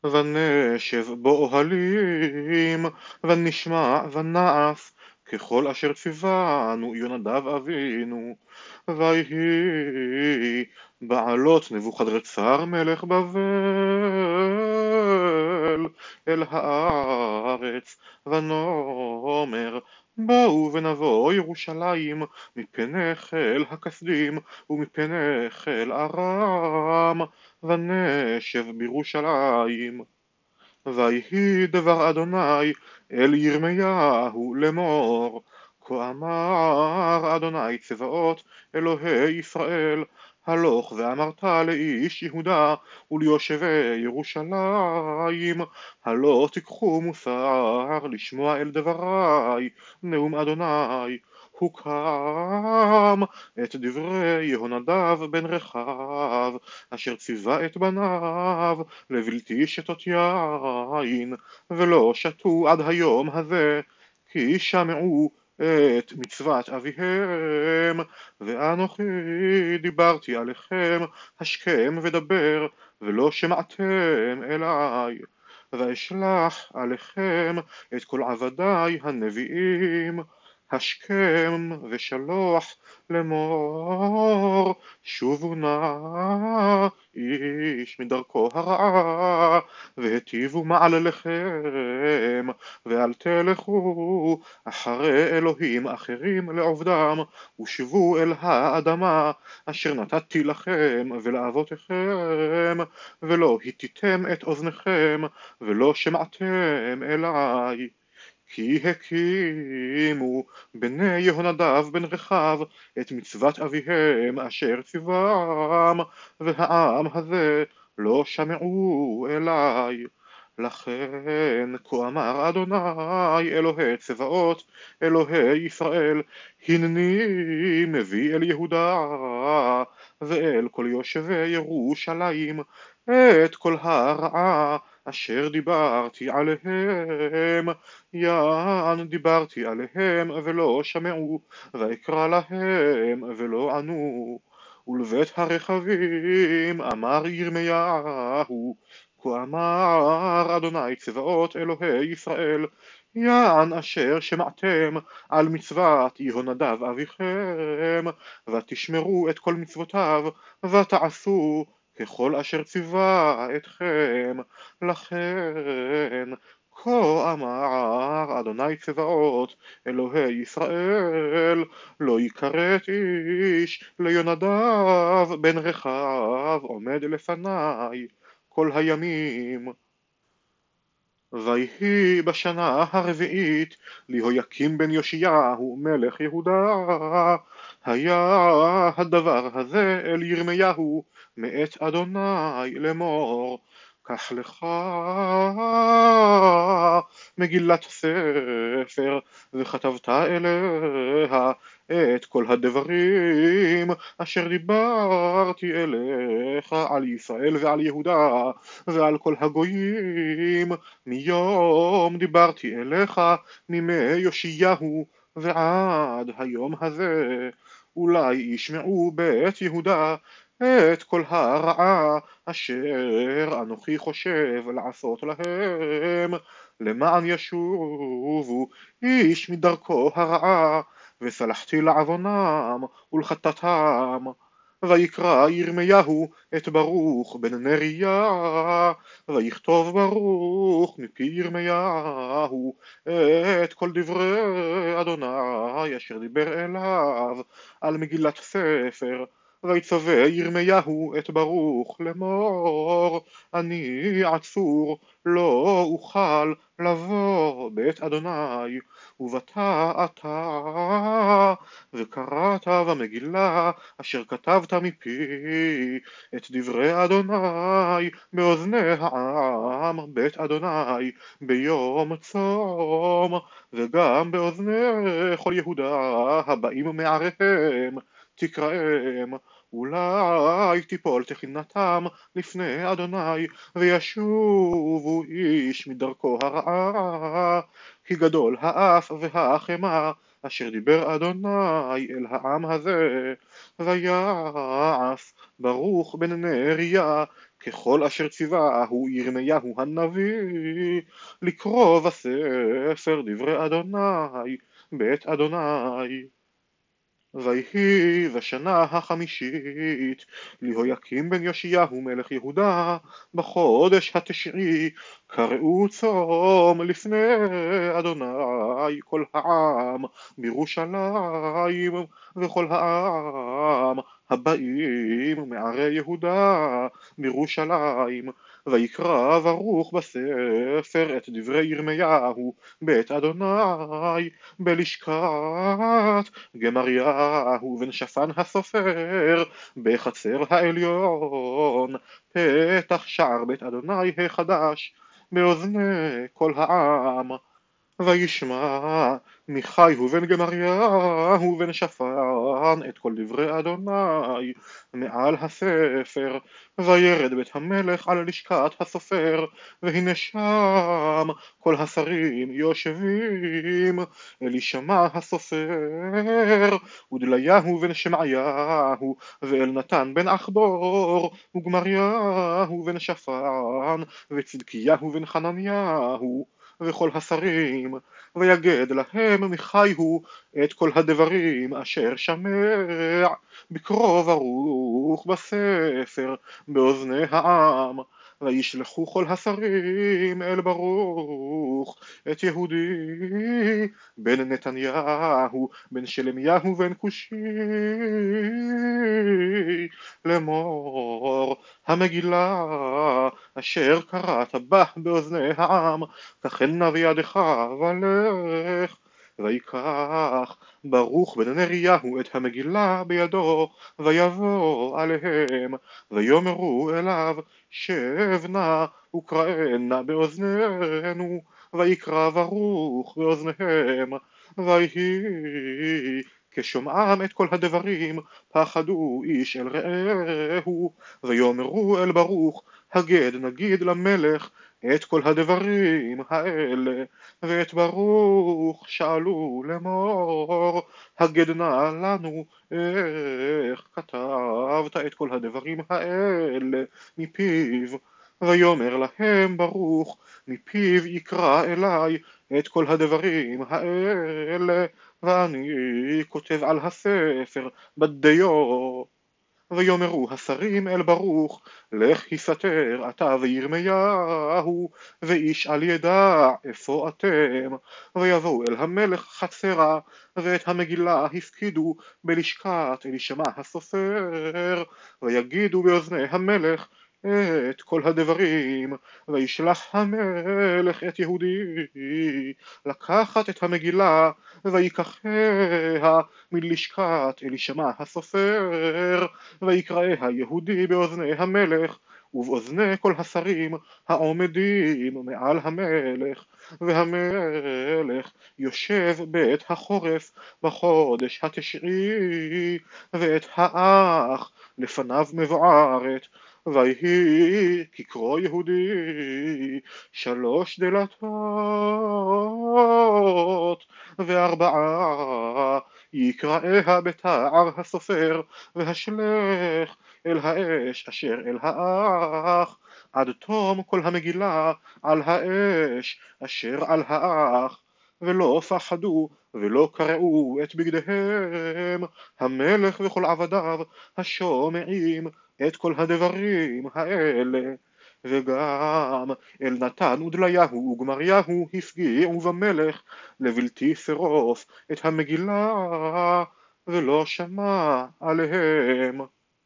ונשב באוהלים, ונשמע ונעש, ככל אשר ציוונו יונדב אבינו. ויהי בעלות נבוכדרצר מלך בבל אל הארץ, ונאמר בואו ונבוא ירושלים מפני חיל הכסדים ומפני חיל ארם, ונשב בירושלים. ויהי דבר אדוני אל ירמיהו לאמור, כה אמר אדוני צבאות אלוהי ישראל, הלוך ואמרת לאיש יהודה וליושבי ירושלים, הלא תיקחו מוסר לשמוע אל דברי נאום אדוני. הוקם את דברי יהונדב בן רחב אשר ציווה את בניו לבלתי שתות יין, ולא שתו עד היום הזה, כי שמעו את מצוות אביהם. ואנוכי דיברתי עליכם השכם ודבר, ולא שמעתם אליי. ואשלח עליכם את כל עבדי הנביאים השכם ושלוח לאמור, שובו נא איש מדרכו הרעה והטיבו מעלליכם, ואל תלכו אחרי אלוהים אחרים לעובדם, ושבו אל האדמה אשר נתתי לכם ולאבותיכם, ולא הטיתם את אוזניכם ולא שמעתם אליי. כי הקימו בני יהונדב בן רחב את מצוות אביהם אשר ציוום, והעם הזה לא שמעו אליי. לכן כה אמר אדוני אלוהי צבאות אלוהי ישראל, הנני מביא אל יהודה ואל כל יושבי ירושלים את כל הרעה אשר דיברתי עליהם. יען דיברתי עליהם ולא שמעו, ואקרא להם ולא ענו. ולבית הרכבים אמר ירמיהו, כה אמר אדוני צבאות אלוהי ישראל, יען אשר שמעתם על מצוות יהונדב אביכם, ותשמרו את כל מצוותיו, ותעשו ככל אשר ציווה אתכם. לכן כה אמר אדוני צבאות אלוהי ישראל, לא יכרת איש ליונדב בן רחב עומד לפניי כל הימים. ויהי בשנה הרביעית ליהויקים בן יאשיהו מלך יהודה, היה הדבר הזה אל ירמיהו מאת אדוני לאמור, קח לך מגילת ספר וכתבת אליה את כל הדברים אשר דיברתי אליך על ישראל ועל יהודה ועל כל הגויים מיום דיברתי אליך מימי יאשיהו ועד היום הזה, אולי ישמעו בית יהודה את כל הרעה אשר אנוכי חושב לעשות להם, למען ישובו איש מדרכו הרעה, וסלחתי לעוונם ולחטאתם. ויקרא ירמיהו את ברוך בן נריה, ויכתוב ברוך מפי ירמיהו את כל דברי אדוני אשר דיבר אליו על מגילת ספר. ויצווה ירמיהו את ברוך לאמור, אני עצור לא אוכל לבוא בית אדוני, ובאת אתה וקראת במגילה אשר כתבת מפי את דברי אדוני באוזני העם בית אדוני ביום צום, וגם באוזני כל יהודה הבאים מעריהם תקראם, אולי תיפול תחינתם לפני אדוני וישובו איש מדרכו הרעה, כי גדול האף והחמה אשר דיבר אדוני אל העם הזה. ויעש ברוך בן נריה ככל אשר ציווהו ירמיהו הנביא, לקרוא בספר דברי אדוני, בית אדוני. ויהי בשנה החמישית ליהויקים בן יאשיהו מלך יהודה, בחודש התשעי, קראו צום לפני אדוני כל העם בירושלים, וכל העם הבאים מערי יהודה בירושלים. ויקרא ברוך בספר את דברי ירמיהו בית אדוני, בלשכת גמריהו בן שפן הסופר, בחצר העליון, פתח שער בית אדוני החדש, באוזני כל העם. וישמע מיכאיהו בן גמריהו בן שפן את כל דברי אדוני מעל הספר, וירד בית המלך על לשכת הסופר, והנה שם כל השרים יושבים, אלישמע הסופר, ודליהו בן שמעיהו, ואלנתן בן אחבור, וגמריהו בן שפן, וצדקיהו בן חנניהו, וכל השרים. ויגד להם מיכאיהו את כל הדברים אשר שמע, בקרוא ברוך בספר באוזני העם. וישלחו כל השרים אל ברוך את יהודי בן נתניהו בן שלמיהו בן כושי, לאמור, המגילה אשר קראת בה באוזני העם, תכן נא בידך ולך. ויקח ברוך בן נריהו את המגילה בידו, ויבוא עליהם, ויאמרו אליו, שב נא וקראנה באוזנינו. ויקרא ברוך באוזניהם, ויהי כשומעם את כל הדברים, פחדו איש אל רעהו, ויאמרו אל ברוך, הגד נגיד למלך את כל הדברים האלה. ואת ברוך שאלו לאמור, הגד נא לנו איך כתבת את כל הדברים האלה מפיו. ויאמר להם ברוך, מפיו יקרא אליי את כל הדברים האלה, ואני כותב על הספר בדיו. ויאמרו השרים אל ברוך, לך הסתר אתה וירמיהו, ואיש אל ידע איפה אתם. ויבואו אל המלך חצרה, ואת המגילה הפקידו בלשכת אלישמע הסופר, ויגידו באוזני המלך את כל הדברים. וישלח המלך את יהודי לקחת את המגילה, ויקחיה מלשכת אלישמע הסופר, ויקראיה יהודי באוזני המלך ובאוזני כל השרים העומדים מעל המלך. והמלך יושב בעת החורף בחודש התשעי, ואת האח לפניו מבוערת. ויהי כקרוא יהודי 3 דלתות ו4 יקראיה בתער הסופר, והשלך אל האש אשר אל האח, עד תום כל המגילה על האש אשר על האח. ולא פחדו ולא קרעו את בגדיהם, המלך וכל עבדיו השומעים את כל הדברים האלה. וגם אלנתן ודליהו וגמריהו הפגיעו במלך לבלתי שרוף את המגילה, ולא שמע עליהם.